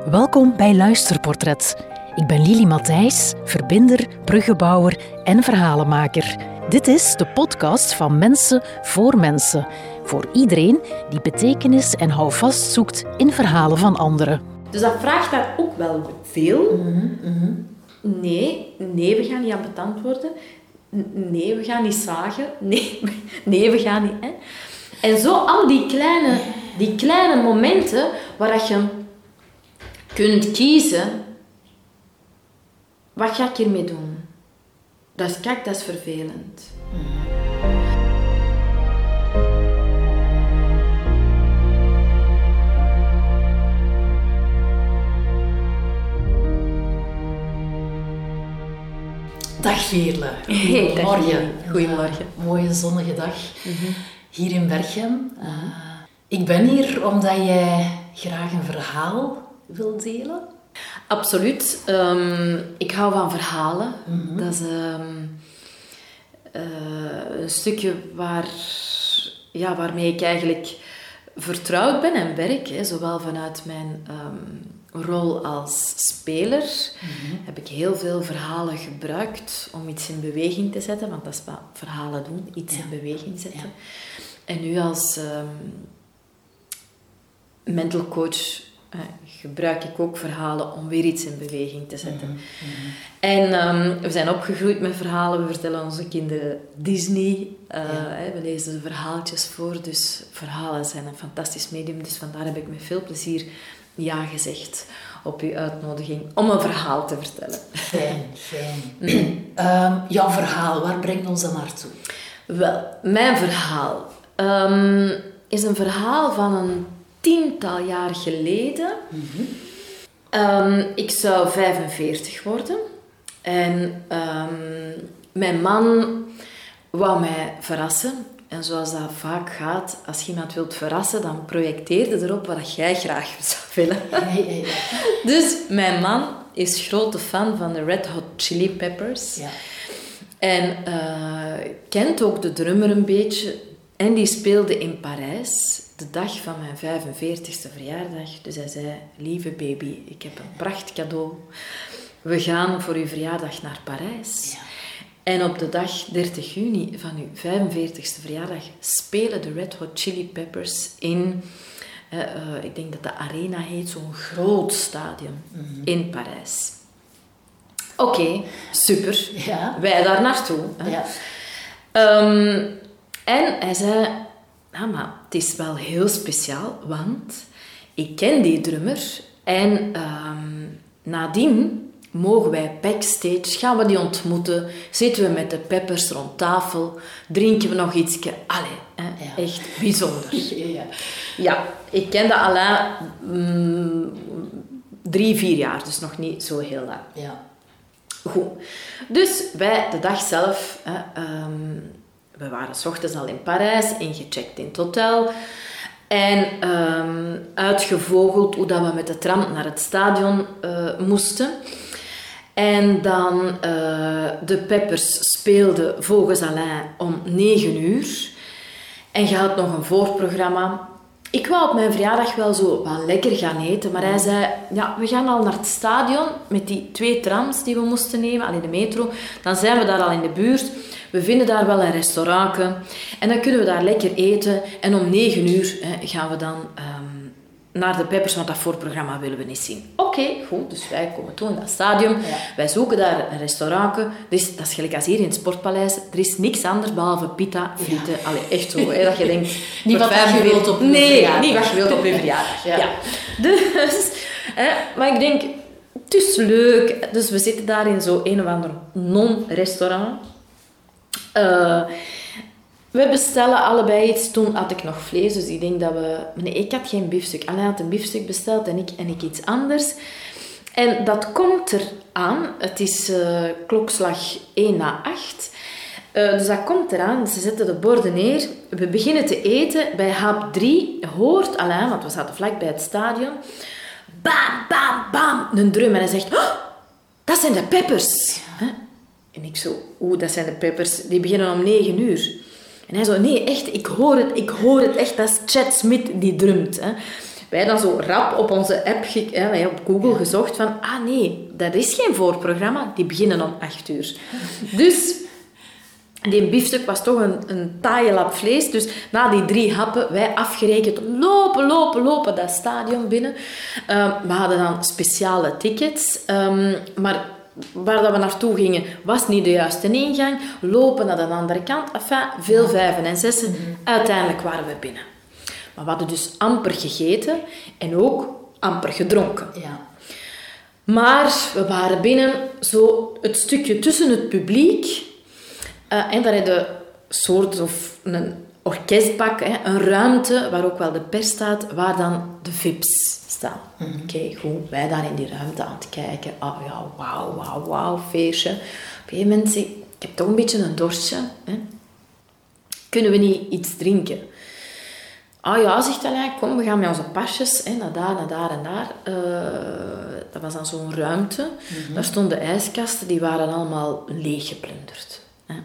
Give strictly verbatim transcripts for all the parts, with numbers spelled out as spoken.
Welkom bij Luisterportret. Ik ben Lili Matthijs, verbinder, bruggenbouwer en verhalenmaker. Dit is de podcast van Mensen voor Mensen. Voor iedereen die betekenis en houvast zoekt in verhalen van anderen. Dus dat vraagt daar ook wel veel. Mm-hmm, mm-hmm. Nee, nee, we gaan niet ambetant worden. Nee, we gaan niet zagen. Nee, nee we gaan niet... Hè. En zo al die kleine, die kleine momenten waar dat je kunt kiezen... Wat ga ik hiermee doen? Dat is, kijk, dat is vervelend. Mm-hmm. Dag Veerle. Goedemorgen. Goedemorgen. Uh, mooie zonnige dag mm-hmm. hier in Berchem. Uh, ik ben hier omdat jij graag een verhaal wilt delen. Absoluut. Um, ik hou van verhalen. Mm-hmm. Dat is um, uh, een stukje waar, ja, waarmee ik eigenlijk vertrouwd ben en werk. Hè, zowel vanuit mijn um, rol als speler mm-hmm. heb ik heel veel verhalen gebruikt om iets in beweging te zetten. Want dat is wat verhalen doen, iets ja. in beweging zetten. Ja. En nu als um, mental coach... Uh, gebruik ik ook verhalen om weer iets in beweging te zetten. Mm-hmm. En um, we zijn opgegroeid met verhalen. We vertellen onze kinderen Disney. Uh, ja. hè, we lezen de verhaaltjes voor. Dus verhalen zijn een fantastisch medium. Dus vandaar heb ik met veel plezier ja gezegd op uw uitnodiging om een verhaal te vertellen. Fijn, fijn. um, jouw verhaal, waar brengt ons dat naartoe? Wel, mijn verhaal um, is een verhaal van een tiental jaar geleden. Mm-hmm. Um, ik zou vijfenveertig worden. En um, mijn man wou mij verrassen. En zoals dat vaak gaat, als je iemand wilt verrassen, dan projecteer je erop wat jij graag zou willen. Ja, ja, ja. Dus mijn man is grote fan van de Red Hot Chili Peppers. Ja. En uh, kent ook de drummer een beetje. En die speelde in Parijs de dag van mijn vijfenveertigste verjaardag. Dus hij zei, lieve baby, ik heb een pracht cadeau. We gaan voor uw verjaardag naar Parijs. Ja. En op de dag dertig juni van uw vijfenveertigste verjaardag spelen de Red Hot Chili Peppers in, uh, uh, ik denk dat de Arena heet, zo'n groot stadion mm-hmm. in Parijs. Oké, okay, super. Ja. Wij daar naartoe. Hè. Ja. Um, en hij zei, ja, maar het is wel heel speciaal, want ik ken die drummer en um, nadien mogen wij backstage, gaan we die ontmoeten, zitten we met de Peppers rond tafel, drinken we nog ietsje. Allee, hè, ja. Echt bijzonder. Ja, ja. Ja, ik ken dat Alain mm, drie, vier jaar, dus nog niet zo heel lang. Ja. Goed. Dus wij, de dag zelf... Hè, um, we waren 's ochtends al in Parijs, ingecheckt in het hotel. En um, uitgevogeld hoe dat we met de tram naar het stadion uh, moesten. En dan uh, de Peppers speelden volgens Alain om negen uur. En je had nog een voorprogramma. Ik wou op mijn verjaardag wel zo wat lekker gaan eten. Maar hij zei, ja, we gaan al naar het stadion met die twee trams die we moesten nemen. Alleen de metro. Dan zijn we daar al in de buurt. We vinden daar wel een restaurantje. En dan kunnen we daar lekker eten. En om negen uur hè, gaan we dan um, naar de Peppers, want dat voorprogramma willen we niet zien. Oké, okay, goed. Dus wij komen toe in dat stadion. Ja. Wij zoeken daar een restaurantje. Dus dat is gelijk als hier in het Sportpaleis. Er is niks anders behalve pita, frieten. Ja. Allee, echt zo. Hè, dat je denkt... niet wat je wilt op je nee, verjaardag. Nee, niet wat je wilt op je verjaardag. Ja. Ja. Dus, hè, maar ik denk, het is leuk. Dus we zitten daar in zo'n een of ander non-restaurant. Uh, we bestellen allebei iets. Toen had ik nog vlees, dus ik denk dat we... Nee, ik had geen biefstuk. Alain had een biefstuk besteld en ik, en ik iets anders. En dat komt eraan. Het is uh, klokslag één na acht. Uh, dus dat komt eraan. Ze zetten de borden neer. We beginnen te eten. Bij hap drie hoort Alain, want we zaten vlak bij het stadion. Bam, bam, bam. Een drum. En hij zegt... Oh, dat zijn de Peppers. Huh? En ik zo, oeh, dat zijn de Peppers, die beginnen om negen uur. En hij zo, nee, echt, ik hoor het, ik hoor het echt, dat is Chad Smith die drumt. Hè. Wij dan zo rap op onze app, hè, op Google gezocht van, ah nee, dat is geen voorprogramma, die beginnen om acht uur. Dus die biefstuk was toch een, een taaie lap vlees. Dus na die drie happen, wij afgerekend, lopen, lopen, lopen dat stadion binnen. Um, we hadden dan speciale tickets, um, maar waar dat we naartoe gingen was niet de juiste ingang. Lopen naar de andere kant, enfin, veel vijven en zessen. Mm-hmm. Uiteindelijk waren we binnen. Maar we hadden dus amper gegeten en ook amper gedronken. Ja. Maar we waren binnen, zo het stukje tussen het publiek. Uh, en daar had je een soort of een orkestbak, hè, een ruimte waar ook wel de pers staat, waar dan de V I P's staan. Mm-hmm. Oké, okay, goed, wij daar in die ruimte aan het kijken. Oh ja, wauw, wauw, wauw, feestje. Op een gegeven moment zeg ik, ik heb toch een beetje een dorstje. Hè? Kunnen we niet iets drinken? Ah oh ja, zegt Alain, kom, we gaan met onze pasjes hè, naar daar, naar daar en daar. Uh, dat was dan zo'n ruimte. Mm-hmm. Daar stonden ijskasten, die waren allemaal leeggeplunderd.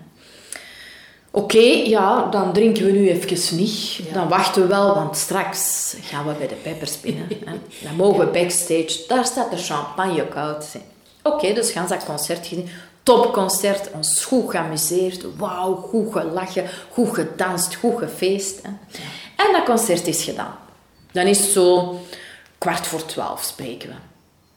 Oké, okay, ja, dan drinken we nu even niet. Ja. Dan wachten we wel, want straks gaan we bij de peppers binnen. Hè. Dan mogen we backstage. Daar staat de champagne koud. Oké, okay, dus gaan ze dat concert gezien. Topconcert, ons goed geamuseerd. Wauw, goed gelachen, goed gedanst, goed gefeest. Hè. Ja. En dat concert is gedaan. Dan is het zo kwart voor twaalf spreken we.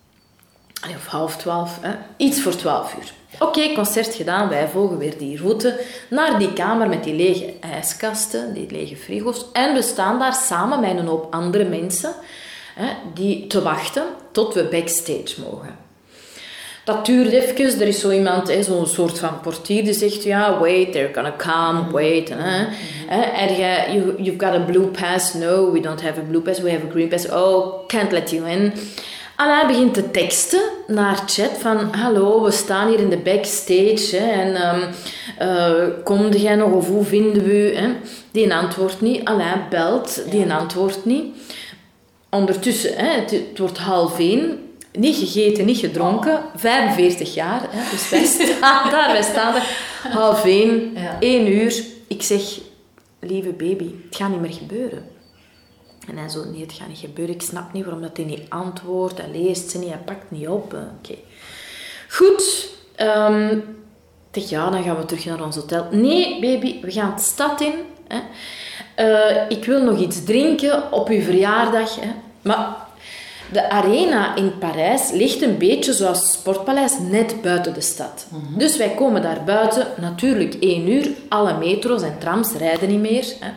Of half twaalf, hè. Iets voor twaalf uur. Oké, okay, concert gedaan. Wij volgen weer die route naar die kamer met die lege ijskasten, die lege frigo's. En we staan daar samen met een hoop andere mensen hè, die te wachten tot we backstage mogen. Dat duurt even. Er is zo iemand, hè, zo'n soort van portier die zegt, ja, wait, they're gonna come, wait. Hè. En jij, you, you've got a blue pass. No, we don't have a blue pass. We have a green pass. Oh, can't let you in. Alain begint te teksten naar chat van hallo, we staan hier in de backstage hè, en um, uh, komde jij nog of hoe vinden we u? Hè? Die antwoordt niet. Alain belt, die ja. antwoordt niet. Ondertussen, hè, het, het wordt half één, niet gegeten, niet gedronken, oh. vijfenveertig jaar. Hè, dus wij staan daar, wij staan daar, half één, ja. één uur. Ik zeg, lieve baby, het gaat niet meer gebeuren. En hij zo, nee, het gaat niet gebeuren. Ik snap niet waarom dat hij niet antwoordt. Hij leest ze niet, hij pakt niet op. Oké. Okay. Goed. Um, ik zeg, ja, dan gaan we terug naar ons hotel. Nee, baby, we gaan de stad in. Hè. Uh, ik wil nog iets drinken op uw verjaardag. Hè. Maar de arena in Parijs ligt een beetje zoals het Sportpaleis, net buiten de stad. Mm-hmm. Dus wij komen daar buiten, natuurlijk één uur. Alle metro's en trams rijden niet meer. Hè.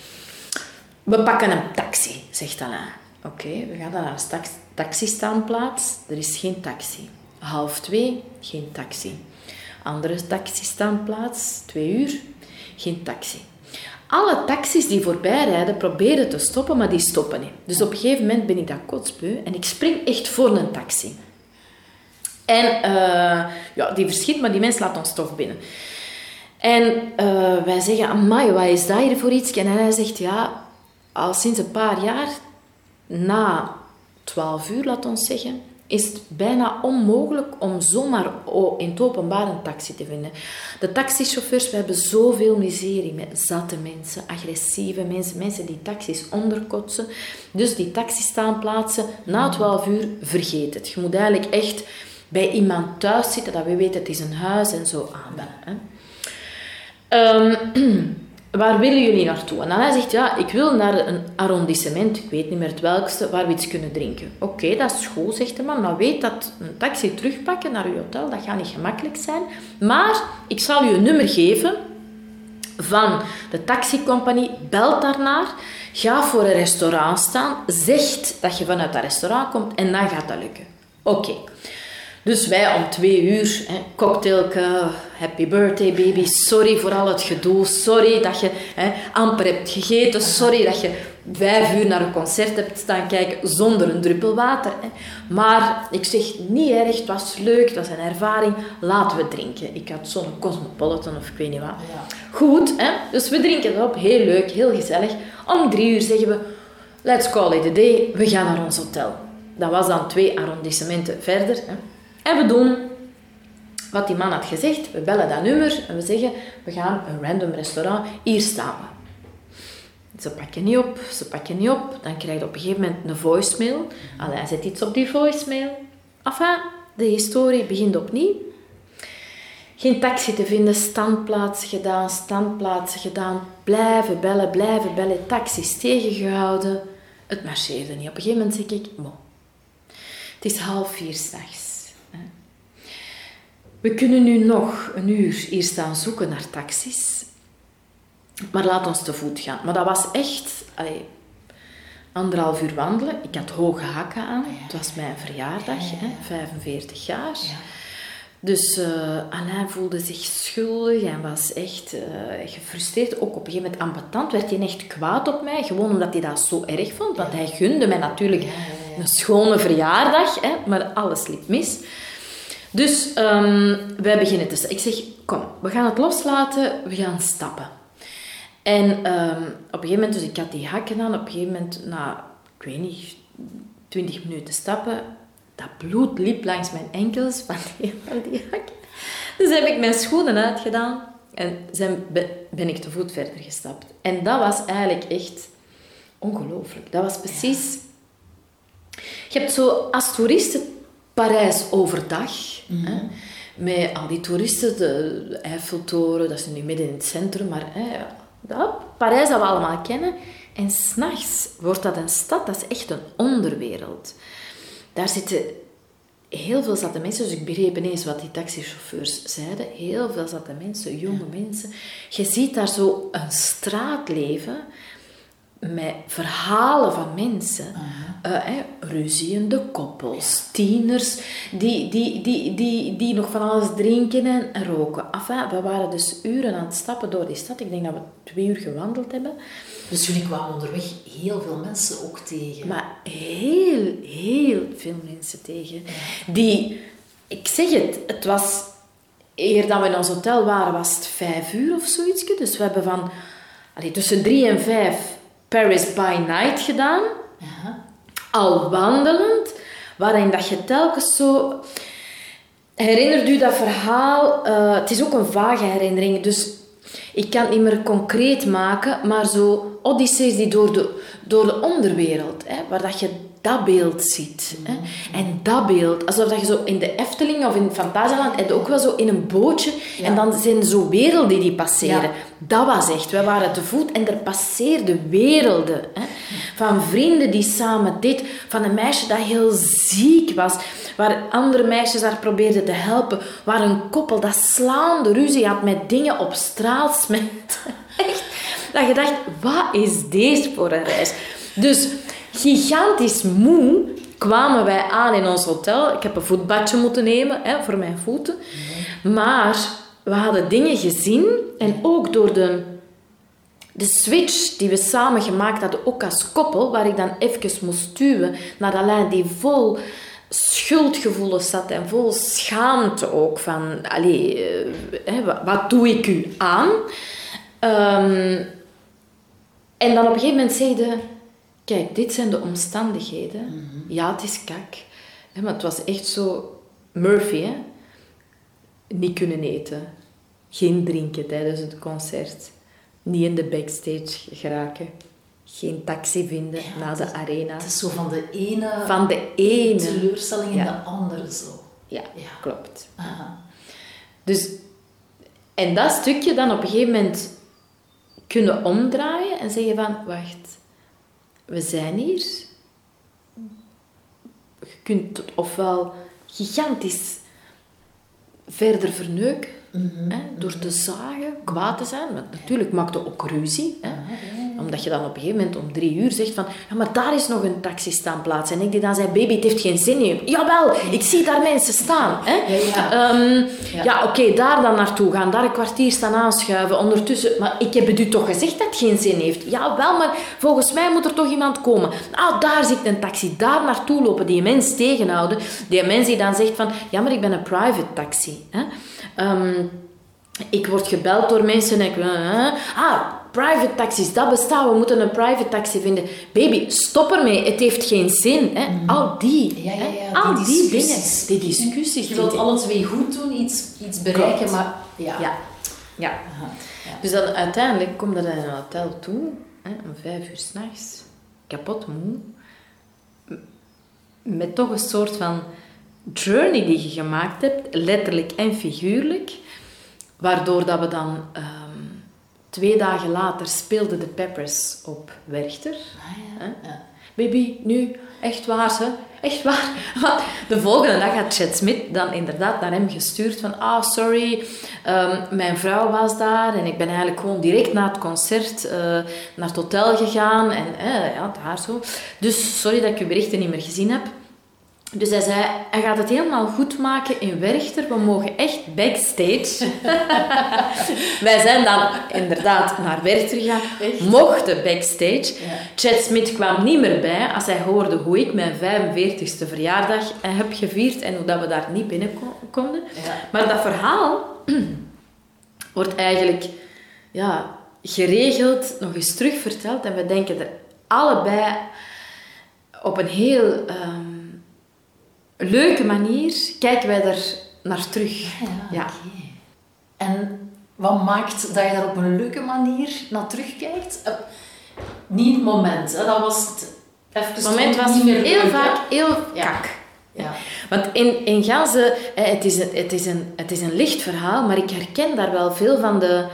We pakken een taxi, zegt Alain. Oké, okay, we gaan dan naar de taxistaanplaats. Er is geen taxi. Half twee, geen taxi. Andere taxistaanplaats, twee uur, geen taxi. Alle taxis die voorbij rijden proberen te stoppen, maar die stoppen niet. Dus op een gegeven moment ben ik dat kotsbeu en ik spring echt voor een taxi. En uh, ja, die verschiet, maar die mens laat ons toch binnen. En uh, wij zeggen, amai, wat is dat hier voor iets? En hij zegt, ja... Al sinds een paar jaar, na twaalf uur, laat ons zeggen, is het bijna onmogelijk om zomaar in het openbaar een taxi te vinden. De taxichauffeurs, we hebben zoveel miserie met zatte mensen, agressieve mensen, mensen die taxis onderkotsen. Dus die taxistaanplaatsen, na twaalf uur, vergeet het. Je moet eigenlijk echt bij iemand thuis zitten, dat we weten het is een huis en zo aanbellen. Hè. Um, Waar willen jullie naartoe? En dan hij zegt, ja, ik wil naar een arrondissement, ik weet niet meer het welkste, waar we iets kunnen drinken. Oké, okay, dat is goed, zegt de man, maar weet dat een taxi terugpakken naar uw hotel, dat gaat niet gemakkelijk zijn. Maar ik zal u een nummer geven van de taxicompagnie, belt daarnaar, ga voor een restaurant staan, zegt dat je vanuit dat restaurant komt en dan gaat dat lukken. Oké. Okay. Dus wij om twee uur, hè, cocktailke, happy birthday baby, sorry voor al het gedoe, sorry dat je hè, amper hebt gegeten, sorry dat je vijf uur naar een concert hebt staan kijken zonder een druppel water. Hè. Maar ik zeg, niet erg, het was leuk, het was een ervaring, laten we drinken. Ik had zo'n Cosmopolitan of ik weet niet wat. Ja. Goed, hè? Dus we drinken het op, heel leuk, heel gezellig. Om drie uur zeggen we, let's call it a day, we gaan naar ons hotel. Dat was dan twee arrondissementen verder, hè. En we doen wat die man had gezegd. We bellen dat nummer en we zeggen, we gaan een random restaurant. Hier staan we. Ze pakken niet op, ze pakken niet op. Dan krijg je op een gegeven moment een voicemail. Allee, hij zet iets op die voicemail. Enfin, de historie begint opnieuw. Geen taxi te vinden, standplaatsen gedaan, standplaatsen gedaan. Blijven bellen, blijven bellen, taxis tegengehouden. Het marcheerde niet. Op een gegeven moment zeg ik, bon, het is half vier 's nachts. We kunnen nu nog een uur hier staan zoeken naar taxis. Maar laat ons te voet gaan. Maar dat was echt allee, anderhalf uur wandelen. Ik had hoge hakken aan. Ja. Het was mijn verjaardag, ja, ja, ja. Hè, vijfenveertig jaar. Ja. Dus uh, Alain voelde zich schuldig en was echt uh, gefrustreerd. Ook op een gegeven moment ambetant werd hij echt kwaad op mij. Gewoon omdat hij dat zo erg vond. Want ja. hij gunde mij natuurlijk ja, ja, ja. een schone verjaardag. Hè, maar alles liep mis. Dus um, wij beginnen te stappen. Ik zeg, kom, we gaan het loslaten. We gaan stappen. En um, op een gegeven moment, dus ik had die hakken aan. Op een gegeven moment, na, ik weet niet, twintig minuten stappen... Dat bloed liep langs mijn enkels van die, van die hakken. Dus heb ik mijn schoenen uitgedaan en zijn, ben ik te voet verder gestapt. En dat was eigenlijk echt ongelooflijk. Dat was precies... Je hebt zo als toeristen Parijs overdag. Mm-hmm. Hè, met al die toeristen, de Eiffeltoren, dat is nu midden in het centrum, maar hè, dat, Parijs dat we allemaal kennen. En 's nachts wordt dat een stad, dat is echt een onderwereld. Daar zitten heel veel zatte mensen, dus ik begreep ineens wat die taxichauffeurs zeiden. Heel veel zatte mensen, jonge ja. mensen. Je ziet daar zo een straatleven met verhalen van mensen. Uh-huh. Uh, hè, ruziende koppels, tieners die, die, die, die, die nog van alles drinken en, en roken. Enfin, we waren dus uren aan het stappen door die stad. Ik denk dat we twee uur gewandeld hebben. Dus jullie kwamen onderweg heel veel mensen ook tegen? Maar heel, heel veel mensen tegen. Ja. Die, ik zeg het, het was... Eer dan we in ons hotel waren, was het vijf uur of zoiets. Dus we hebben van... Allee, tussen drie en vijf Paris by Night gedaan. Ja. Al wandelend. Waarin dat je telkens zo... Herinnert u dat verhaal? Uh, het is ook een vage herinnering, dus... Ik kan het niet meer concreet maken, maar zo odyssees die door de, door de onderwereld, hè, waar dat je dat beeld ziet. Hè. En dat beeld, alsof dat je zo in de Efteling of in Fantasieland, en ook wel zo in een bootje, ja. en dan zijn er zo werelden die passeren. Ja. Dat was echt, wij waren te voet en er passeerden werelden. Hè. Van vrienden die samen dit, van een meisje dat heel ziek was, waar andere meisjes haar probeerden te helpen, waar een koppel dat slaande ruzie had met dingen op straat smet. Echt, dat je dacht, wat is deze voor een reis? Dus, gigantisch moe kwamen wij aan in ons hotel. Ik heb een voetbadje moeten nemen hè, voor mijn voeten. Maar we hadden dingen gezien en ook door de... De switch die we samen gemaakt hadden, ook als koppel, waar ik dan even moest stuwen naar Alain, die vol schuldgevoelens zat en vol schaamte ook van, allee, uh, wat, wat doe ik u aan? Um, en dan op een gegeven moment zei hij, kijk, dit zijn de omstandigheden. Mm-hmm. Ja, het is kak. Hè, maar het was echt zo Murphy, hè? Niet kunnen eten. Geen drinken tijdens het concert. Niet in de backstage geraken. Geen taxi vinden ja, naar de arena. Het is zo van de ene, van de ene teleurstelling in ja. de andere zo. Ja, ja. klopt. Aha. Dus, en dat stukje dan op een gegeven moment kunnen omdraaien en zeggen van, wacht, we zijn hier. Je kunt het ofwel gigantisch verder verneuken, mm-hmm, hè, door mm-hmm. te zagen, kwaad te zijn. Maar natuurlijk maakte ook ruzie. Hè, omdat je dan op een gegeven moment om drie uur zegt van, ja, maar daar is nog een taxistaanplaats. En ik die dan zei, baby, het heeft geen zin in. Jawel, ik zie daar mensen staan. Hè. Ja, ja. Um, ja. ja oké, okay, daar dan naartoe gaan, daar een kwartier staan aanschuiven. Ondertussen, maar ik heb het u toch gezegd dat het geen zin heeft? Jawel, maar volgens mij moet er toch iemand komen. Nou, daar zit een taxi, daar naartoe lopen, die mens tegenhouden. Die mens die dan zegt van, ja, maar ik ben een private taxi. Hè. Um, ik word gebeld door mensen en ik... Uh, ah, private taxis, dat bestaat. We moeten een private taxi vinden. Baby, stop ermee. Het heeft geen zin. Hè. Mm. Al die. Ja, ja, ja. Al die, die dingen. Die discussies. Je wilt alle twee goed doen, iets, iets bereiken, Klopt. maar... Ja. ja. ja. ja. Dus dan uiteindelijk kom je dan in een hotel toe. hè, om vijf uur 's nachts, kapot moe, met toch een soort van journey die je gemaakt hebt, letterlijk en figuurlijk, waardoor dat we dan um, twee dagen later speelden de Peppers op Werchter. Ah, ja. Hè? Ja. Baby, nu, echt waar, hè? Echt waar. De volgende dag had Chet Smit dan inderdaad naar hem gestuurd van ah, sorry, um, mijn vrouw was daar en ik ben eigenlijk gewoon direct na het concert uh, naar het hotel gegaan en uh, ja, daar zo. Dus sorry dat ik uw berichten niet meer gezien heb. Dus hij zei, hij gaat het helemaal goed maken in Werchter. We mogen echt backstage. Wij zijn dan inderdaad naar Werchter gegaan. Echt? Mochten backstage. Ja. Chad Smit kwam niet meer bij als hij hoorde hoe ik mijn vijfenveertigste verjaardag heb gevierd en hoe dat we daar niet binnen konden. Ja. Maar dat verhaal wordt eigenlijk ja, geregeld, nog eens terugverteld. En we denken er allebei op een heel... Um, leuke manier kijken wij er naar terug. Ja, ja. Okay. En wat maakt dat je daar op een leuke manier naar terugkijkt? Uh, niet het moment, hè? Dat was het. Even Het moment was niet meer heel leuk, vaak hè? heel Ja. kak. Ja. Want in, in ganse, het is, een, het, is een, het is een licht verhaal, maar ik herken daar wel veel van de,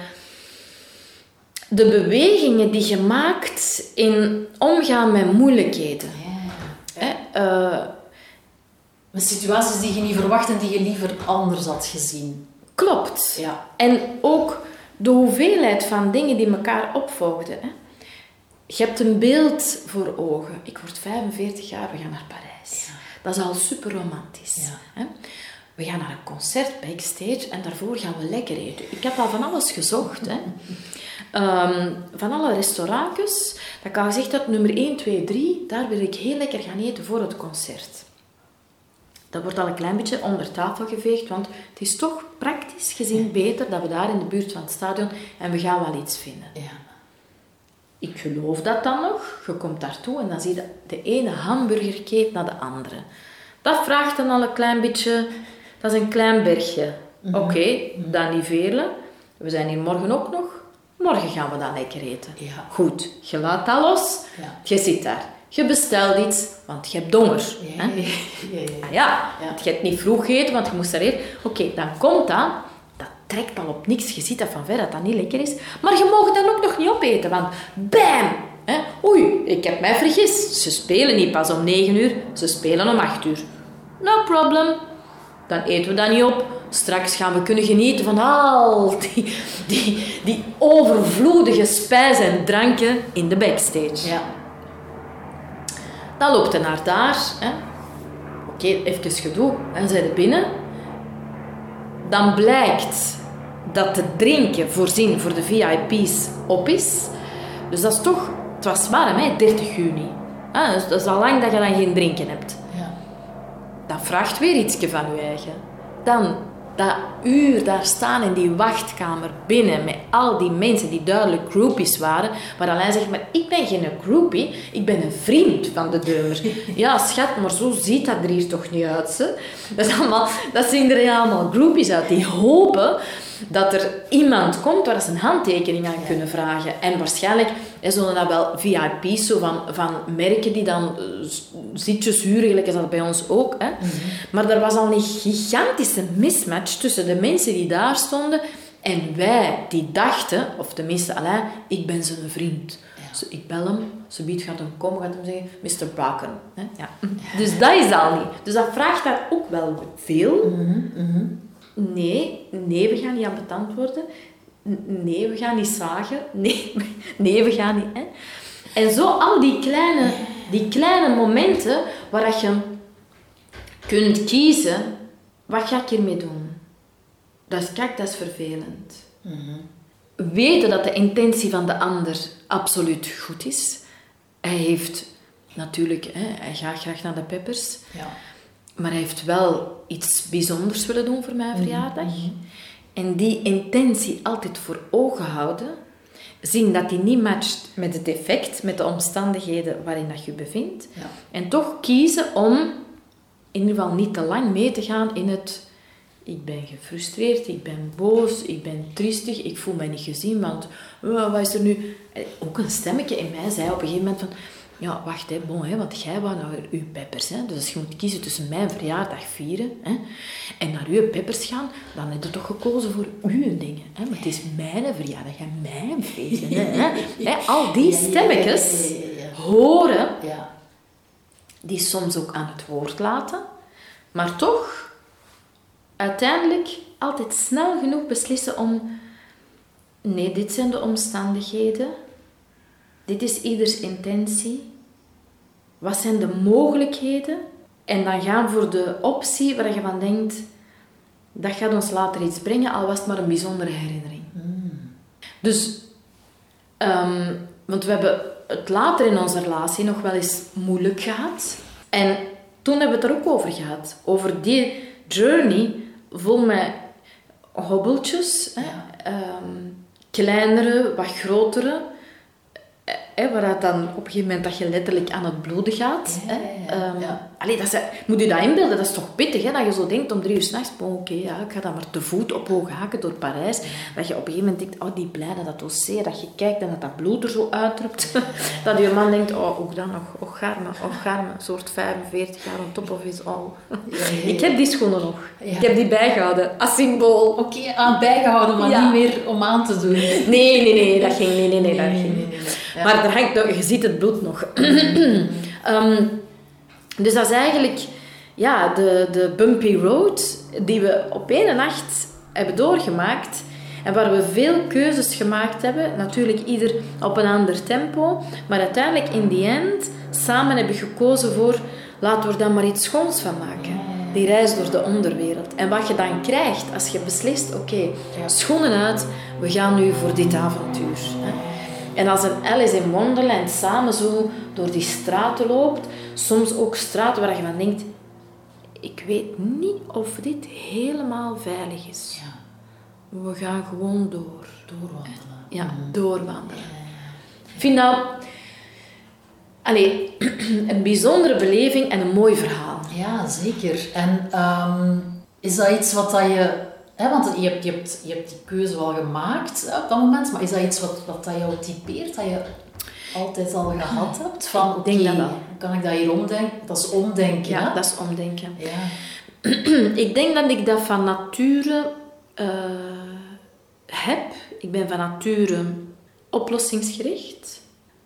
de bewegingen die je maakt in omgaan met moeilijkheden. Ja. Hè? Uh, Met situaties die je niet verwacht en die je liever anders had gezien. Klopt. Ja. En ook de hoeveelheid van dingen die elkaar opvolgden. Hè. Je hebt een beeld voor ogen. Ik word vijfenveertig jaar, we gaan naar Parijs. Ja. Dat is al super romantisch. Ja. Hè. We gaan naar een concert backstage en daarvoor gaan we lekker eten. Ik heb al van alles gezocht. Hè. Um, van alle restaurantjes. Dat ik al gezegd had, nummer één, twee, drie, daar wil ik heel lekker gaan eten voor het concert. Dat wordt al een klein beetje onder tafel geveegd, want het is toch praktisch gezien beter dat we daar in de buurt van het stadion en we gaan wel iets vinden. Ja. Ik geloof dat dan nog. Je komt daartoe en dan zie je de ene hamburgerkeet naar de andere. Dat vraagt dan al een klein beetje... Dat is een klein bergje. Mm-hmm. Oké, okay, dan niet velen. We zijn hier morgen ook nog. Morgen gaan we dan lekker eten. Ja. Goed, je laat dat los. Ja. Je zit daar. Je bestelt iets, want je hebt honger. Ja, hè? ja, ja, ja. Ah, ja, ja. Je hebt niet vroeg gegeten, want je moest daar eten. Oké, okay, dan komt dat. Dat trekt al op niks. Je ziet dat van ver dat dat niet lekker is. Maar je mag dan ook nog niet opeten, want bam! Hè? Oei, ik heb mij vergist. Ze spelen niet pas om negen uur, ze spelen om acht uur. No problem. Dan eten we dat niet op. Straks gaan we kunnen genieten van al die, die, die overvloedige spijzen en dranken in de backstage. Ja. Dan loopt hij naar daar. Oké, okay, even gedoe. Dan zijn we binnen. Dan blijkt dat het drinken voorzien voor de V I P's op is. Dus dat is toch... Het was warm, hè? dertig juni. Ah, dus dat is al lang dat je dan geen drinken hebt. Ja. Dat vraagt weer iets van je eigen. Dan dat uur daar staan in die wachtkamer binnen met al die mensen die duidelijk groupies waren, waar Alain zegt, maar ik ben geen groupie, ik ben een vriend van de deur. Ja, schat, maar zo ziet dat er hier toch niet uit. Hè? Dat, is allemaal, dat zien er allemaal groupies uit die hopen dat er iemand komt waar ze een handtekening aan kunnen vragen. En waarschijnlijk hè, zullen dat wel V I P's zo van, van merken die dan uh, zitjes huren, gelijk is dat bij ons ook. Hè. Mm-hmm. Maar er was al een gigantische mismatch tussen de mensen die daar stonden en wij die dachten, of tenminste Alain, ik ben zijn vriend. Ja. Dus ik bel hem, ze biedt gaat hem komen, gaat hem zeggen, mister Braken. Hè. Ja. Dus dat is al niet. Dus dat vraagt daar ook wel veel. Mm-hmm. Mm-hmm. Nee, nee, we gaan niet ambetant worden. Nee, we gaan niet zagen. Nee, nee we gaan niet... Hè. En zo al die kleine, die kleine momenten waar je kunt kiezen, wat ga ik hiermee doen? Dat is, kijk, dat is vervelend. Mm-hmm. Weten dat de intentie van de ander absoluut goed is. Hij heeft natuurlijk... Hè, hij gaat graag naar de Peppers. Ja. Maar hij heeft wel iets bijzonders willen doen voor mijn verjaardag. Mm-hmm. En die intentie altijd voor ogen houden. Zien dat die niet matcht met het effect, met de omstandigheden waarin dat je je bevindt. Ja. En toch kiezen om in ieder geval niet te lang mee te gaan in het Ik ben gefrustreerd, ik ben boos, ik ben triestig, ik voel mij niet gezien, want uh, wat is er nu? Ook een stemmetje in mij zei op een gegeven moment van, ja, wacht, hè, bon, hè, want jij wou naar uw peppers. Hè, dus als je moet kiezen tussen mijn verjaardag vieren hè, en naar uw peppers gaan, dan heb je toch gekozen voor uw dingen. Hè, maar het is mijn verjaardag en mijn feest. Hè, hè, hè, al die stemmetjes ja, ja, ja, ja, ja. horen, ja. die soms ook aan het woord laten, maar toch uiteindelijk altijd snel genoeg beslissen om, nee, dit zijn de omstandigheden, dit is ieders intentie, wat zijn de mogelijkheden? En dan gaan voor de optie waar je van denkt, dat gaat ons later iets brengen, al was het maar een bijzondere herinnering. Mm. Dus, um, want we hebben het later in onze relatie nog wel eens moeilijk gehad. En toen hebben we het er ook over gehad. Over die journey vol met hobbeltjes, ja. hè, um, kleinere, wat grotere, hè, waar het dan op een gegeven moment dat je letterlijk aan het bloeden gaat. Ja, hè. ja, ja. Um, ja. Allee, dat is, moet je dat inbeelden, dat is toch pittig, hè, dat je zo denkt om drie uur s'nachts, oh, oké, okay, ja, ik ga dan maar te voet op hoge haken door Parijs. Ja. Dat je op een gegeven moment denkt, oh, die blijde, dat dossier, dat je kijkt en dat dat bloed er zo uitdrupt. Ja. Dat je man denkt, oh, ook dan nog, oh, gaarme, oh, gaarme, een soort vijfenveertig jaar on top of iets. Oh. Ja, ja, ja. Ik heb die schoenen nog. Ja. Ik heb die bijgehouden, als symbool. Oké, okay, aan bijgehouden, maar ja. niet meer om aan te doen. Nee, nee, nee, dat ging, nee, nee, nee, dat ging. Nee, nee, nee, nee. Ja. Maar er hangt nog, je ziet het bloed nog. um, dus dat is eigenlijk ja, de, de bumpy road die we op één nacht hebben doorgemaakt en waar we veel keuzes gemaakt hebben. Natuurlijk ieder op een ander tempo, maar uiteindelijk in the end samen hebben gekozen voor laten we er dan maar iets schoons van maken. Die reis door de onderwereld. En wat je dan krijgt als je beslist, oké, okay, schoenen uit, we gaan nu voor dit avontuur. Hè. En als een Alice in Wonderland samen zo door die straten loopt, soms ook straten waar je van denkt, ik weet niet of dit helemaal veilig is. Ja. We gaan gewoon door. Doorwandelen. Ja, mm. doorwandelen. Ik vind dat allee, een bijzondere beleving en een mooi verhaal. Ja, zeker. En um, is dat iets wat dat je... Hè, want je hebt, je, hebt, je hebt die keuze wel gemaakt hè, op dat moment, maar is dat iets wat, wat dat jou typeert, dat je altijd al gehad hebt? Van, ik denk okay, dat wel. Kan ik dat hier omdenken? Dat is omdenken, Ja, hè? dat is omdenken. Ja. Ik denk dat ik dat van nature uh, heb. Ik ben van nature oplossingsgericht.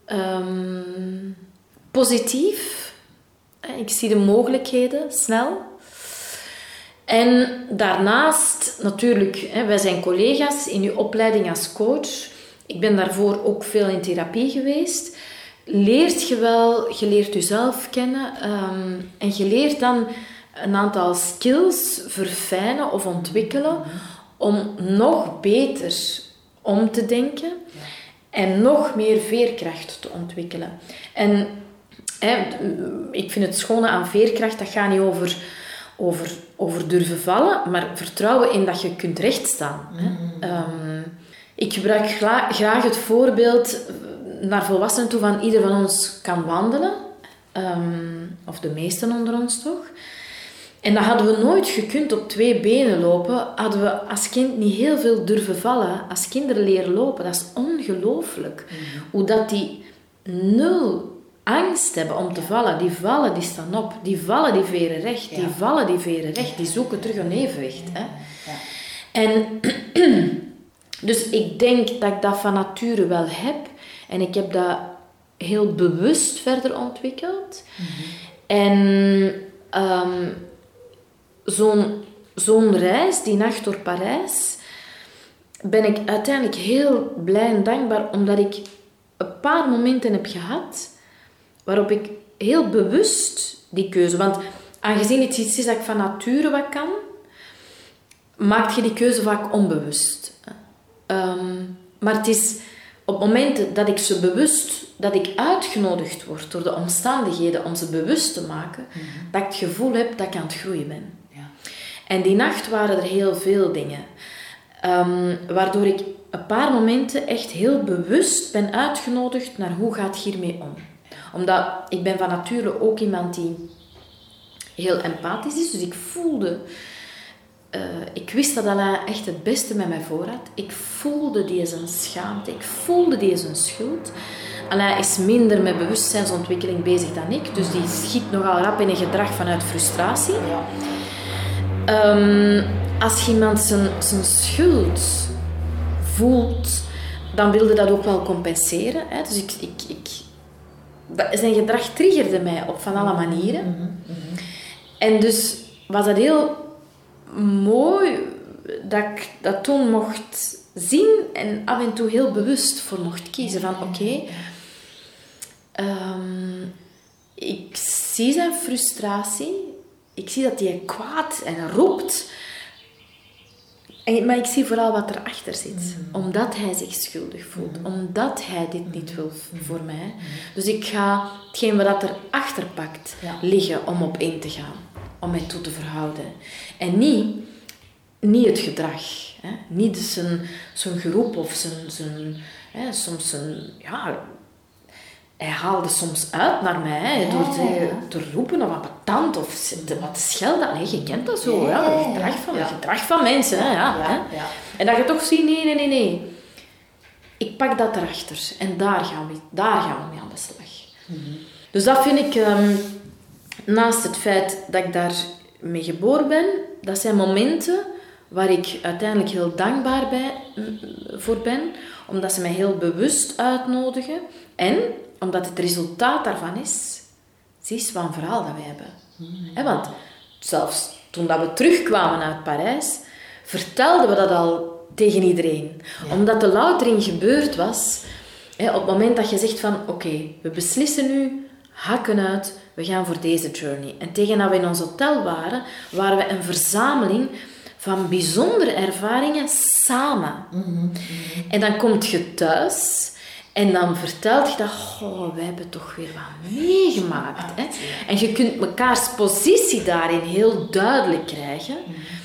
Um, positief. Ik zie de mogelijkheden snel. En daarnaast, natuurlijk, wij zijn collega's in uw opleiding als coach. Ik ben daarvoor ook veel in therapie geweest. Leert je wel, je leert jezelf kennen um, en je leert dan een aantal skills verfijnen of ontwikkelen om nog beter om te denken en nog meer veerkracht te ontwikkelen. En hè, ik vind het schone aan veerkracht, dat gaat niet over... Over, over durven vallen, maar vertrouwen in dat je kunt rechtstaan. Mm-hmm. Um, ik gebruik gra- graag het voorbeeld naar volwassenen toe van ieder van ons kan wandelen. Um, of de meesten onder ons toch. En dat hadden we nooit gekund op twee benen lopen, hadden we als kind niet heel veel durven vallen. Als kinderen leren lopen, dat is ongelooflijk. Mm-hmm. Hoe dat die nul... angst hebben om te vallen. Die vallen, die staan op. Die vallen, die veren recht. Ja. Die vallen, die veren recht. Die zoeken terug een evenwicht. Hè. Ja. En dus ik denk dat ik dat van nature wel heb. En ik heb dat heel bewust verder ontwikkeld. Mm-hmm. En um, zo'n, zo'n reis, die nacht door Parijs, ben ik uiteindelijk heel blij en dankbaar, omdat ik een paar momenten heb gehad waarop ik heel bewust die keuze... Want aangezien het iets is dat ik van nature wat kan, maak je die keuze vaak onbewust. Um, maar het is op momenten dat ik ze bewust... Dat ik uitgenodigd word door de omstandigheden om ze bewust te maken, mm-hmm. dat ik het gevoel heb dat ik aan het groeien ben. Ja. En die nacht waren er heel veel dingen. Um, waardoor ik een paar momenten echt heel bewust ben uitgenodigd naar hoe gaat het hiermee om. Omdat ik ben van nature ook iemand die heel empathisch is. Dus ik voelde uh, ik wist dat Alain echt het beste met mij voor had. Ik voelde die zijn schaamte, ik voelde die zijn schuld. Alain is minder met bewustzijnsontwikkeling bezig dan ik, dus die schiet nogal rap in een gedrag vanuit frustratie. Ja. Um, als iemand zijn, zijn schuld voelt, dan wilde dat ook wel compenseren. Hè? Dus ik, ik, ik, zijn gedrag triggerde mij op van alle manieren. Mm-hmm. Mm-hmm. En dus was dat heel mooi dat ik dat toen mocht zien en af en toe heel bewust voor mocht kiezen. Van oké, okay, um, ik zie zijn frustratie, ik zie dat hij kwaad en roept. En, maar ik zie vooral wat erachter zit. Mm. Omdat hij zich schuldig voelt. Mm. Omdat hij dit niet wil voor mij. Mm. Dus ik ga hetgeen wat er achter pakt ja. liggen om op in te gaan. Om mij toe te verhouden. En niet, niet het gedrag. Hè. Niet zijn, zijn geroep of zijn... zijn hè, soms zijn... Ja, hij haalde soms uit naar mij hè, ja, door te, ja. te roepen of wat tand of te, wat te schelden. Nee, je kent dat zo, ja, ja, het gedrag van, ja. gedrag van mensen. Hè, ja, ja, hè. Ja. En dat je toch ziet, nee, nee, nee, nee. Ik pak dat erachter en daar gaan we, daar gaan we mee aan de slag. Mm-hmm. Dus dat vind ik, um, naast het feit dat ik daar mee geboren ben, dat zijn momenten waar ik uiteindelijk heel dankbaar bij, voor ben, omdat ze mij heel bewust uitnodigen en omdat het resultaat daarvan is, zie eens wat een verhaal dat wij hebben. Mm-hmm. He, want zelfs toen dat we terugkwamen uit Parijs, vertelden we dat al tegen iedereen. Ja. Omdat de loutering gebeurd was, he, op het moment dat je zegt van, oké, okay, we beslissen nu, hakken uit, we gaan voor deze journey. En tegen dat we in ons hotel waren, waren we een verzameling van bijzondere ervaringen samen. Mm-hmm. En dan kom je thuis en dan vertelt je dat, oh, wij hebben toch weer wat meegemaakt. Hè? En je kunt mekaars positie daarin heel duidelijk krijgen,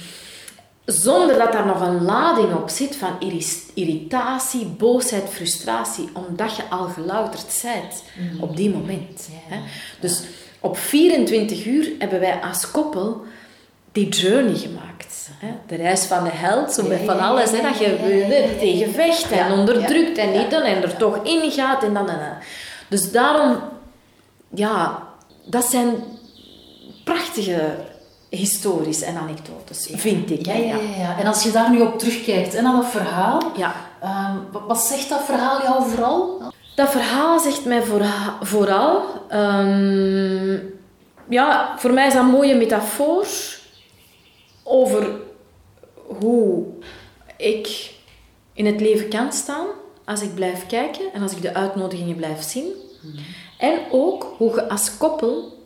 zonder dat daar nog een lading op zit van irritatie, boosheid, frustratie, omdat je al gelouterd bent op die moment. Hè? Dus op vierentwintig uur hebben wij als koppel die journey gemaakt. Hè? De reis van de held, zo met van alles, hè, dat je tegen vecht en onderdrukt en niet dan en er toch in gaat en dan en dan. Dus daarom, ja, dat zijn prachtige histories en anekdotes, vind ik. Ja, ja, ja, ja. En als je daar nu op terugkijkt en naar dat verhaal, ja. um, wat zegt dat verhaal jou vooral? Dat verhaal zegt mij vooral, vooral um, ja, voor mij is dat een mooie metafoor over hoe ik in het leven kan staan als ik blijf kijken en als ik de uitnodigingen blijf zien. Mm-hmm. En ook hoe je als koppel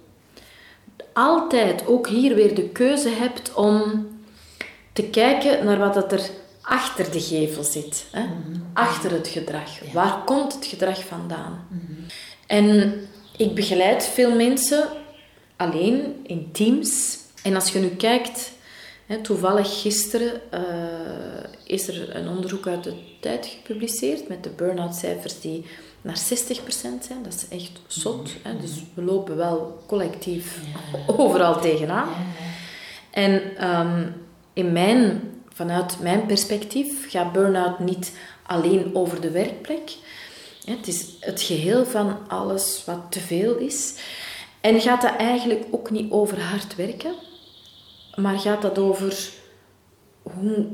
altijd ook hier weer de keuze hebt om te kijken naar wat dat er achter de gevel zit. Hè? Mm-hmm. Achter het gedrag. Ja. Waar komt het gedrag vandaan? Mm-hmm. En ik begeleid veel mensen alleen, in teams. En als je nu kijkt, hè, toevallig gisteren uh, is er een onderzoek uit de Tijd gepubliceerd met de burn-out cijfers die naar zestig procent zijn. Dat is echt zot. Hè? Dus we lopen wel collectief ja. overal tegenaan. Ja. En um, in mijn, vanuit mijn perspectief gaat burn-out niet alleen over de werkplek. Het is het geheel van alles wat te veel is. En gaat dat eigenlijk ook niet over hard werken, maar gaat dat over hoe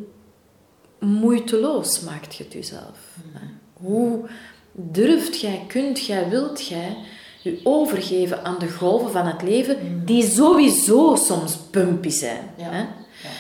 moeiteloos maakt je het jezelf. Hoe durft jij, kunt jij, wilt jij je overgeven aan de golven van het leven, die sowieso soms bumpy zijn. Ja. Hè?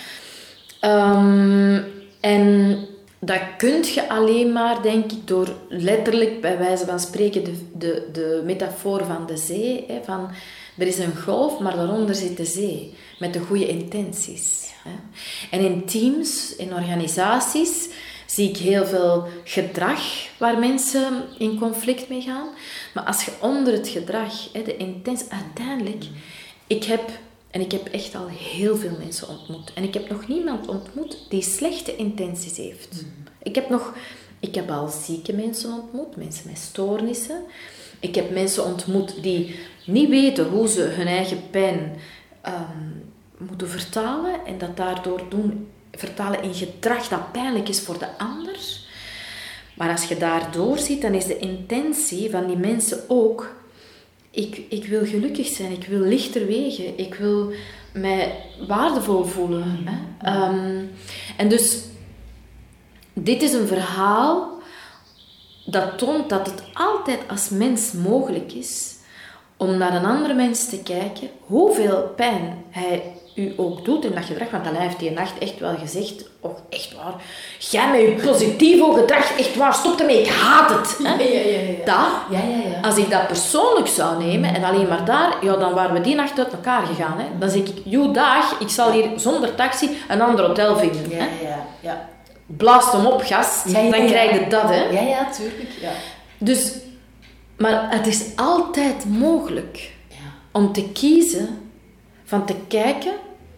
Ja. Um, en dat kun je alleen maar, denk ik, door letterlijk, bij wijze van spreken, de, de, de metafoor van de zee. Hè, van, er is een golf, maar daaronder zit de zee. Met de goede intenties. Hè. En in teams, in organisaties, zie ik heel veel gedrag waar mensen in conflict mee gaan. Maar als je onder het gedrag, hè, de intentie, uiteindelijk, ik heb... En ik heb echt al heel veel mensen ontmoet. En ik heb nog niemand ontmoet die slechte intenties heeft. Mm. Ik heb nog... Ik heb al zieke mensen ontmoet, mensen met stoornissen. Ik heb mensen ontmoet die niet weten hoe ze hun eigen pijn um, moeten vertalen en dat daardoor doen, vertalen in gedrag dat pijnlijk is voor de ander. Maar als je daardoor ziet, dan is de intentie van die mensen ook, ik, ik wil gelukkig zijn, ik wil lichter wegen, ik wil mij waardevol voelen. Mm-hmm. Hè? Um, en dus, dit is een verhaal dat toont dat het altijd als mens mogelijk is om naar een andere mens te kijken, hoeveel pijn hij u ook doet in dat gedrag. Want hij heeft die nacht echt wel gezegd, oh echt waar, jij met je positieve gedrag, echt waar, stop ermee, ik haat het. Hè? Ja, ja, ja, ja. Dat, ja, ja, ja. Als ik dat persoonlijk zou nemen en alleen maar daar, ja, dan waren we die nacht uit elkaar gegaan. Hè? Dan zeg ik, joe dag, ik zal hier zonder taxi een ander hotel vinden. Ja, hè? ja, ja. Blaast hem op, gast, Ja, ja, dan ja. krijg je dat. Hè? Ja, ja, tuurlijk. Ja. Dus, maar het is altijd mogelijk Ja. om te kiezen, van te kijken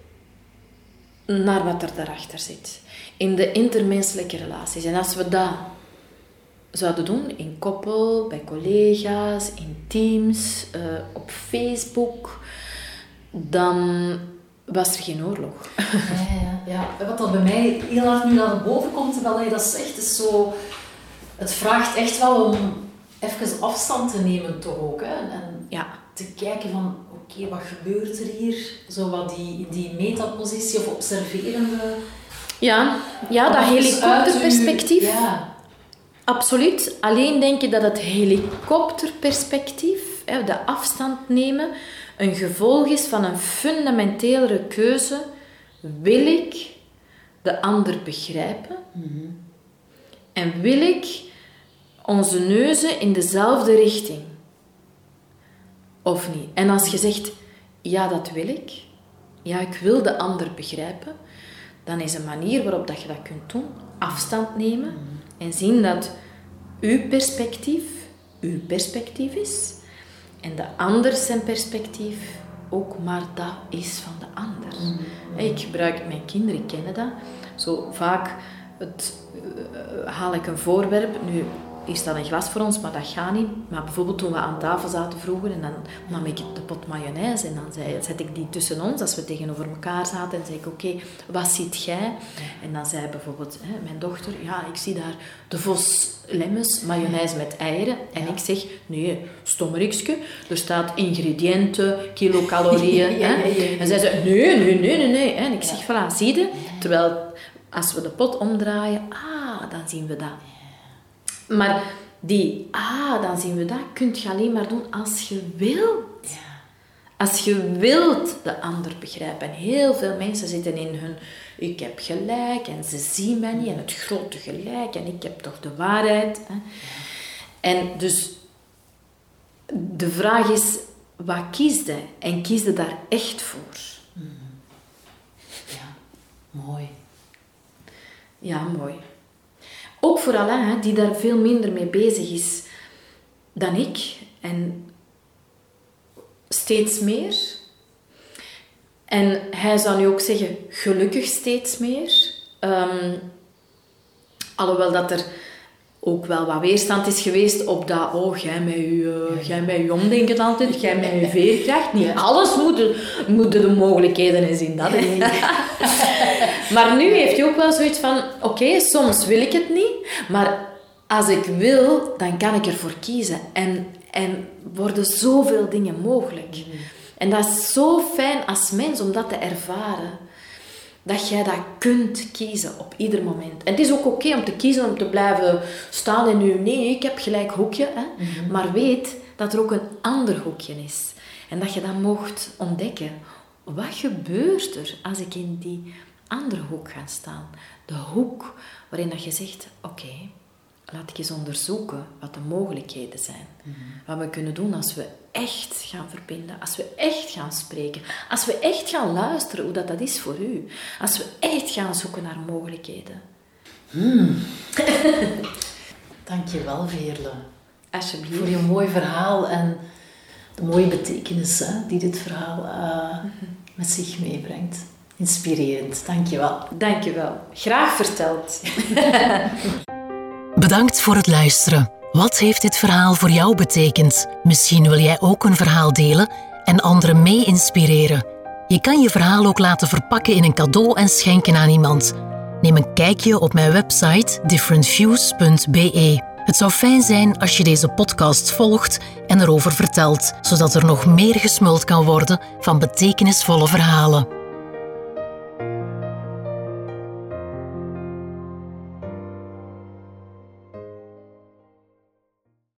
naar wat er daarachter zit. In de intermenselijke relaties. En als we dat zouden doen, in koppel, bij collega's, in teams, uh, op Facebook, dan was er geen oorlog. Ja, ja, ja. Wat dat bij mij heel hard nu naar boven komt, terwijl je dat zegt, is zo... Het vraagt echt wel om even afstand te nemen toch ook. Hè? En Ja. te kijken van, oké, okay, wat gebeurt er hier? Zo wat die, die metapositie of observerende... Ja, ja dat helikopterperspectief. Ja. Absoluut. Alleen denk ik dat het helikopterperspectief, de afstand nemen, een gevolg is van een fundamentelere keuze. Wil ik de ander begrijpen? Mm-hmm. En wil ik onze neuzen in dezelfde richting? Of niet? En als je zegt, ja, dat wil ik. Ja, ik wil de ander begrijpen. Dan is een manier waarop dat je dat kunt doen, afstand nemen mm-hmm. en zien dat uw perspectief, uw perspectief is. En de ander zijn perspectief ook maar dat is van de ander. Mm-hmm. Ik gebruik, mijn kinderen kennen dat. Zo vaak het, uh, haal ik een voorwerp. Nu, hier staat een glas voor ons, maar dat gaat niet. Maar bijvoorbeeld toen we aan tafel zaten vroeger en dan nam ik de pot mayonaise en dan zei, zet ik die tussen ons als we tegenover elkaar zaten en zei ik, oké, okay, wat ziet jij? En dan zei bijvoorbeeld hè, mijn dochter, ja, ik zie daar de Vos Lemmens, mayonaise met eieren. En ik zeg, nee, stommerikske, er staat ingrediënten, kilocalorieën. ja, ja, ja, ja. En zij zei, nee, nee, nee, nee, nee. En ik zeg, voilà, zie je? Terwijl, als we de pot omdraaien, ah, dan zien we dat. Maar die, ah, dan zien we dat, kun je alleen maar doen als je wilt. Ja. Als je wilt de ander begrijpen. En heel veel mensen zitten in hun, ik heb gelijk en ze zien mij niet en het grote gelijk en ik heb toch de waarheid. Hè. Ja. En dus de vraag is, wat kies je? En kies je daar echt voor? Mm. Ja, mooi. Ja, mooi. Ook voor Alain, hè, die daar veel minder mee bezig is dan ik. En steeds meer. En hij zou nu ook zeggen, gelukkig steeds meer. Um, alhoewel dat er ook wel wat weerstand is geweest op dat, oh, jij met je, uh, jij met je omdenken altijd, jij met je veerkracht. Niet alles moeten moet de mogelijkheden in zien. Dat, maar nu heeft hij ook wel zoiets van, oké, okay, soms wil ik het niet, maar als ik wil, dan kan ik ervoor kiezen. En, en worden zoveel dingen mogelijk. Mm. En dat is zo fijn als mens om dat te ervaren. Dat jij dat kunt kiezen op ieder moment. En het is ook oké okay om te kiezen om te blijven staan in je nee, ik heb gelijk hoekje. Hè? Mm-hmm. Maar weet dat er ook een ander hoekje is. En dat je dat mocht ontdekken. Wat gebeurt er als ik in die andere hoek ga staan? De hoek waarin dat je zegt, oké, okay, laat ik eens onderzoeken wat de mogelijkheden zijn. Mm-hmm. Wat we kunnen doen als we echt gaan verbinden. Als we echt gaan spreken. Als we echt gaan luisteren hoe dat, dat is voor u. Als we echt gaan zoeken naar mogelijkheden. Hmm. Dank je wel, Veerle. Alsjeblieft. Voor je mooi verhaal en de mooie betekenis hè, die dit verhaal uh, mm-hmm. met zich meebrengt. Inspirerend. Dank je wel. Dank je wel. Graag verteld. Bedankt voor het luisteren. Wat heeft dit verhaal voor jou betekend? Misschien wil jij ook een verhaal delen en anderen mee inspireren. Je kan je verhaal ook laten verpakken in een cadeau en schenken aan iemand. Neem een kijkje op mijn website different views punt b e. Het zou fijn zijn als je deze podcast volgt en erover vertelt, zodat er nog meer gesmuld kan worden van betekenisvolle verhalen.